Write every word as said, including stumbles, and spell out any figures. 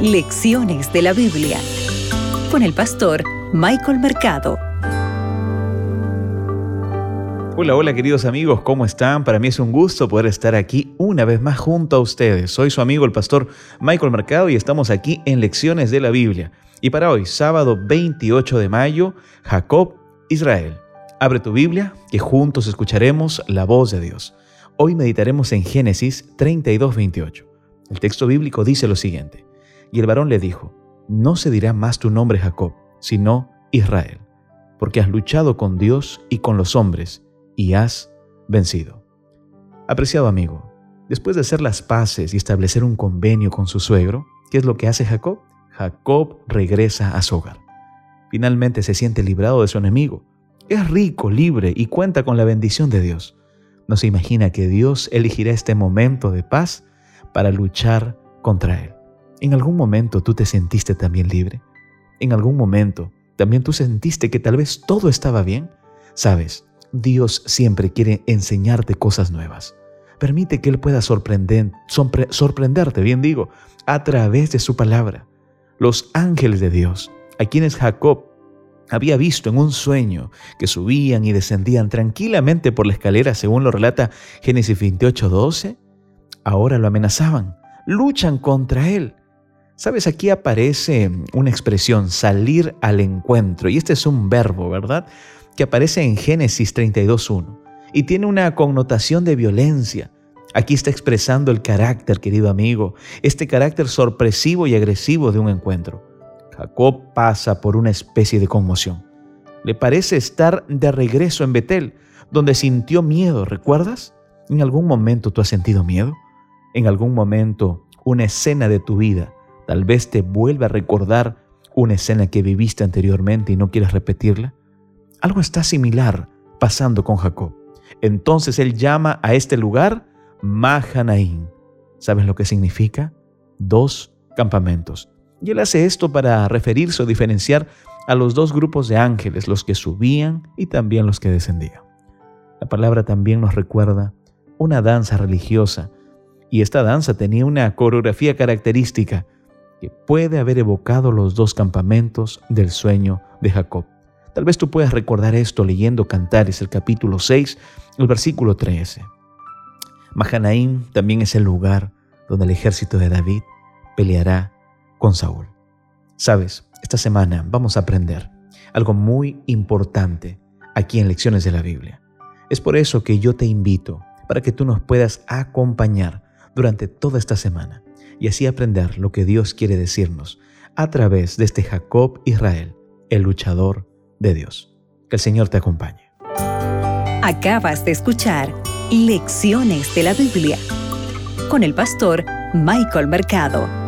Lecciones de la Biblia con el pastor Michael Mercado. Hola, hola queridos amigos, ¿cómo están? Para mí es un gusto poder estar aquí una vez más junto a ustedes. Soy su amigo el pastor Michael Mercado y estamos aquí en Lecciones de la Biblia. Y para hoy, sábado veintiocho de mayo, Jacob, Israel. Abre tu Biblia, que juntos escucharemos la voz de Dios. Hoy meditaremos en Génesis treinta y dos, veintiocho. El texto bíblico dice lo siguiente: Y el varón le dijo: No se dirá más tu nombre Jacob, sino Israel, porque has luchado con Dios y con los hombres, y has vencido. Apreciado amigo, después de hacer las paces y establecer un convenio con su suegro, ¿qué es lo que hace Jacob? Jacob regresa a su hogar. Finalmente se siente librado de su enemigo. Es rico, libre y cuenta con la bendición de Dios. No se imagina que Dios elegirá este momento de paz para luchar contra él. ¿En algún momento tú te sentiste también libre? ¿En algún momento también tú sentiste que tal vez todo estaba bien? Sabes, Dios siempre quiere enseñarte cosas nuevas. Permite que Él pueda sorprender, sorpre, sorprenderte, bien digo, a través de su palabra. Los ángeles de Dios, a quienes Jacob había visto en un sueño que subían y descendían tranquilamente por la escalera, según lo relata Génesis veintiocho, doce, ahora lo amenazaban, luchan contra él. Sabes, aquí aparece una expresión, salir al encuentro, y este es un verbo, ¿verdad?, que aparece en Génesis treinta y dos, uno, y tiene una connotación de violencia. Aquí está expresando el carácter, querido amigo, este carácter sorpresivo y agresivo de un encuentro. Jacob pasa por una especie de conmoción. Le parece estar de regreso en Betel, donde sintió miedo, ¿recuerdas? ¿En algún momento tú has sentido miedo? ¿En algún momento una escena de tu vida tal vez te vuelve a recordar una escena que viviste anteriormente y no quieres repetirla? Algo está similar pasando con Jacob. Entonces él llama a este lugar Mahanaim. ¿Sabes lo que significa? Dos campamentos. Y él hace esto para referirse o diferenciar a los dos grupos de ángeles, los que subían y también los que descendían. La palabra también nos recuerda una danza religiosa, y esta danza tenía una coreografía característica que puede haber evocado los dos campamentos del sueño de Jacob. Tal vez tú puedas recordar esto leyendo Cantares, el capítulo seis, el versículo trece. Mahanaim también es el lugar donde el ejército de David peleará con Saúl. Sabes, esta semana vamos a aprender algo muy importante aquí en Lecciones de la Biblia. Es por eso que yo te invito para que tú nos puedas acompañar durante toda esta semana y así aprender lo que Dios quiere decirnos a través de este Jacob Israel, el luchador de Dios. Que el Señor te acompañe. Acabas de escuchar Lecciones de la Biblia con el pastor Michael Mercado.